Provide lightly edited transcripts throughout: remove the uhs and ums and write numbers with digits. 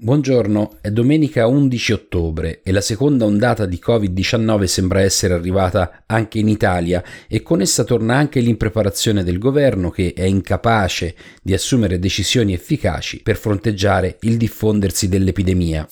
Buongiorno, è domenica 11 ottobre e la seconda ondata di Covid-19 sembra essere arrivata anche in Italia e con essa torna anche l'impreparazione del governo che è incapace di assumere decisioni efficaci per fronteggiare il diffondersi dell'epidemia.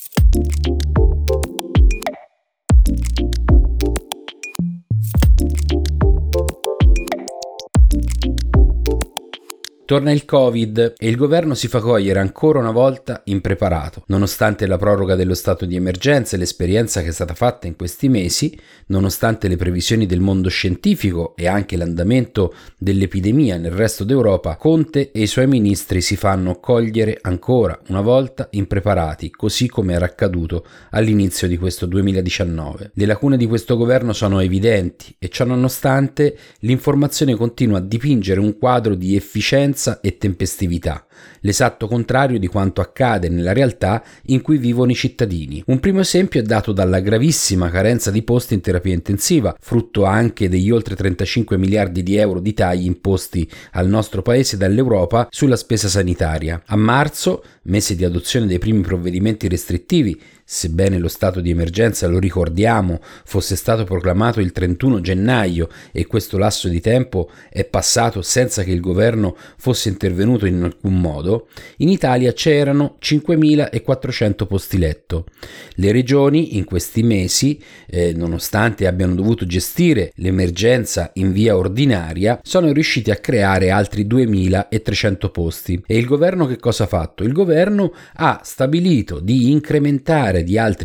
Torna il Covid e il governo si fa cogliere ancora una volta impreparato. Nonostante la proroga dello stato di emergenza e l'esperienza che è stata fatta in questi mesi, nonostante le previsioni del mondo scientifico e anche l'andamento dell'epidemia nel resto d'Europa, Conte e i suoi ministri si fanno cogliere ancora una volta impreparati, così come era accaduto all'inizio di questo 2019. Le lacune di questo governo sono evidenti e ciò nonostante l'informazione continua a dipingere un quadro di efficienza e tempestività, l'esatto contrario di quanto accade nella realtà in cui vivono i cittadini. Un primo esempio è dato dalla gravissima carenza di posti in terapia intensiva, frutto anche degli oltre 35 miliardi di euro di tagli imposti al nostro paese dall'Europa sulla spesa sanitaria. A marzo, mese di adozione dei primi provvedimenti restrittivi, sebbene lo stato di emergenza, lo ricordiamo, fosse stato proclamato il 31 gennaio e questo lasso di tempo è passato senza che il governo fosse intervenuto in alcun modo, in Italia c'erano 5.400 posti letto. Le regioni in questi mesi, nonostante abbiano dovuto gestire l'emergenza in via ordinaria, sono riusciti a creare altri 2.300 posti. E il governo che cosa ha fatto? Il governo ha stabilito di incrementare di altri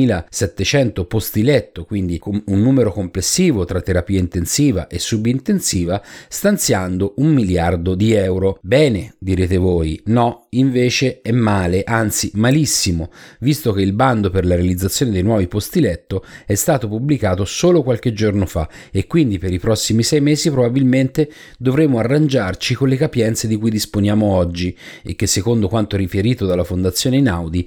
7.700 posti letto, quindi un numero complessivo tra terapia intensiva e subintensiva, stanziando 1 miliardo di euro. Bene, direte voi. No, invece è male, anzi malissimo, visto che il bando per la realizzazione dei nuovi posti letto è stato pubblicato solo qualche giorno fa e quindi per i prossimi 6 mesi probabilmente dovremo arrangiarci con le capienze di cui disponiamo oggi e che, secondo quanto riferito dalla Fondazione Einaudi,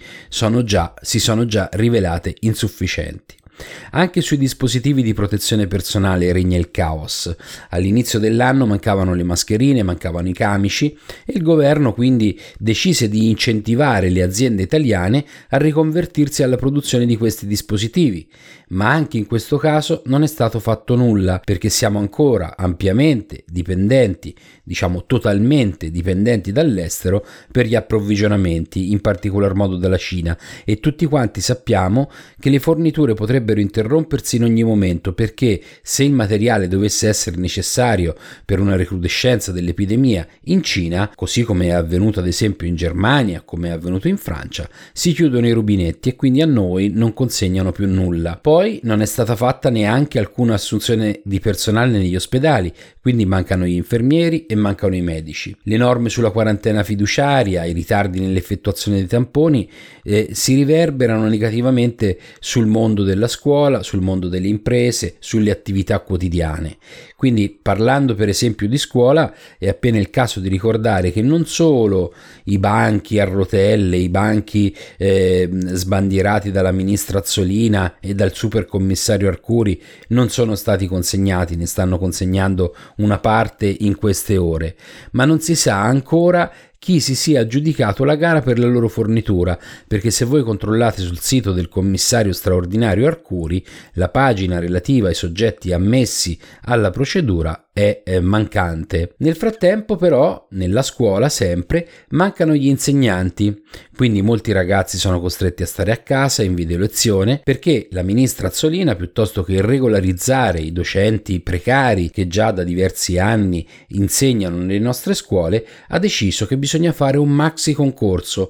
si sono già rivelate insufficienti. Anche sui dispositivi di protezione personale regna il caos. All'inizio dell'anno mancavano le mascherine, mancavano i camici e il governo quindi decise di incentivare le aziende italiane a riconvertirsi alla produzione di questi dispositivi, ma anche in questo caso non è stato fatto nulla perché siamo ancora ampiamente dipendenti, totalmente dipendenti dall'estero per gli approvvigionamenti, in particolar modo dalla Cina, e tutti quanti sappiamo che le forniture potrebbero interrompersi in ogni momento perché se il materiale dovesse essere necessario per una recrudescenza dell'epidemia in Cina, così come è avvenuto ad esempio in Germania, come è avvenuto in Francia, si chiudono i rubinetti e quindi a noi non consegnano più nulla. Poi non è stata fatta neanche alcuna assunzione di personale negli ospedali, quindi mancano gli infermieri e mancano i medici. Le norme sulla quarantena fiduciaria, i ritardi nell'effettuazione dei tamponi si riverberano negativamente sul mondo della scuola, sul mondo delle imprese, sulle attività quotidiane. Quindi, parlando per esempio di scuola, è appena il caso di ricordare che non solo i banchi a rotelle, i banchi sbandierati dalla ministra Azzolina e dal supercommissario Arcuri non sono stati consegnati, ne stanno consegnando una parte in queste ore, ma non si sa ancora chi si sia aggiudicato la gara per la loro fornitura, perché se voi controllate sul sito del commissario straordinario Arcuri, la pagina relativa ai soggetti ammessi alla procedura è mancante. Nel frattempo però nella scuola sempre mancano gli insegnanti, quindi molti ragazzi sono costretti a stare a casa in video lezione perché la ministra Azzolina, piuttosto che regolarizzare i docenti precari che già da diversi anni insegnano nelle nostre scuole, ha deciso che bisogna fare un maxi concorso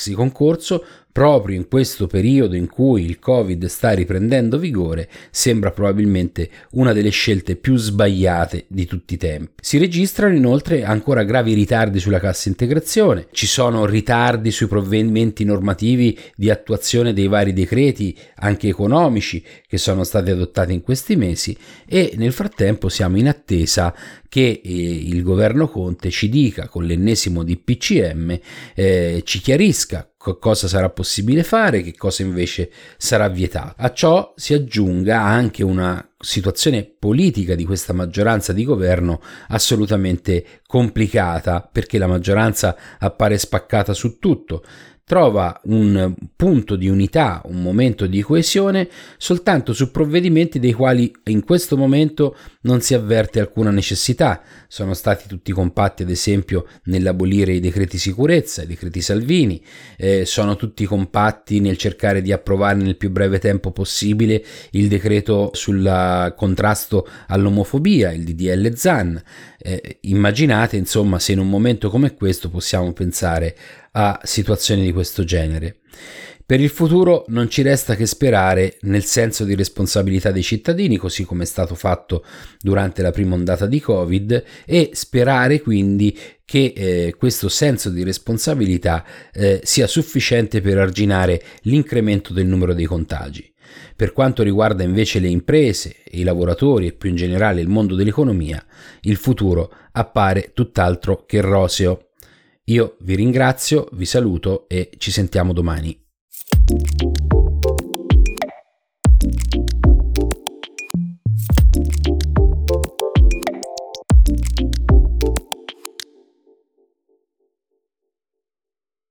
proprio in questo periodo in cui il Covid sta riprendendo vigore. Sembra probabilmente una delle scelte più sbagliate di tutti i tempi. Si registrano inoltre ancora gravi ritardi sulla cassa integrazione, ci sono ritardi sui provvedimenti normativi di attuazione dei vari decreti, anche economici, che sono stati adottati in questi mesi, e nel frattempo siamo in attesa che il governo Conte ci dica con l'ennesimo DPCM, ci chiarisca cosa sarà possibile fare, che cosa invece sarà vietato. A ciò si aggiunga anche una situazione politica di questa maggioranza di governo assolutamente complicata, perché la maggioranza appare spaccata su tutto. trova un punto di unità, un momento di coesione soltanto su provvedimenti dei quali in questo momento non si avverte alcuna necessità. Sono stati tutti compatti ad esempio nell'abolire i decreti sicurezza, i decreti Salvini, sono tutti compatti nel cercare di approvare nel più breve tempo possibile il decreto sul contrasto all'omofobia, il DDL Zan. Immaginate insomma se in un momento come questo possiamo pensare a situazioni di questo genere. Per il futuro non ci resta che sperare nel senso di responsabilità dei cittadini, così come è stato fatto durante la prima ondata di Covid, e sperare quindi che questo senso di responsabilità sia sufficiente per arginare l'incremento del numero dei contagi. Per quanto riguarda invece le imprese, i lavoratori e più in generale il mondo dell'economia, il futuro appare tutt'altro che roseo. Io vi ringrazio, vi saluto e ci sentiamo domani.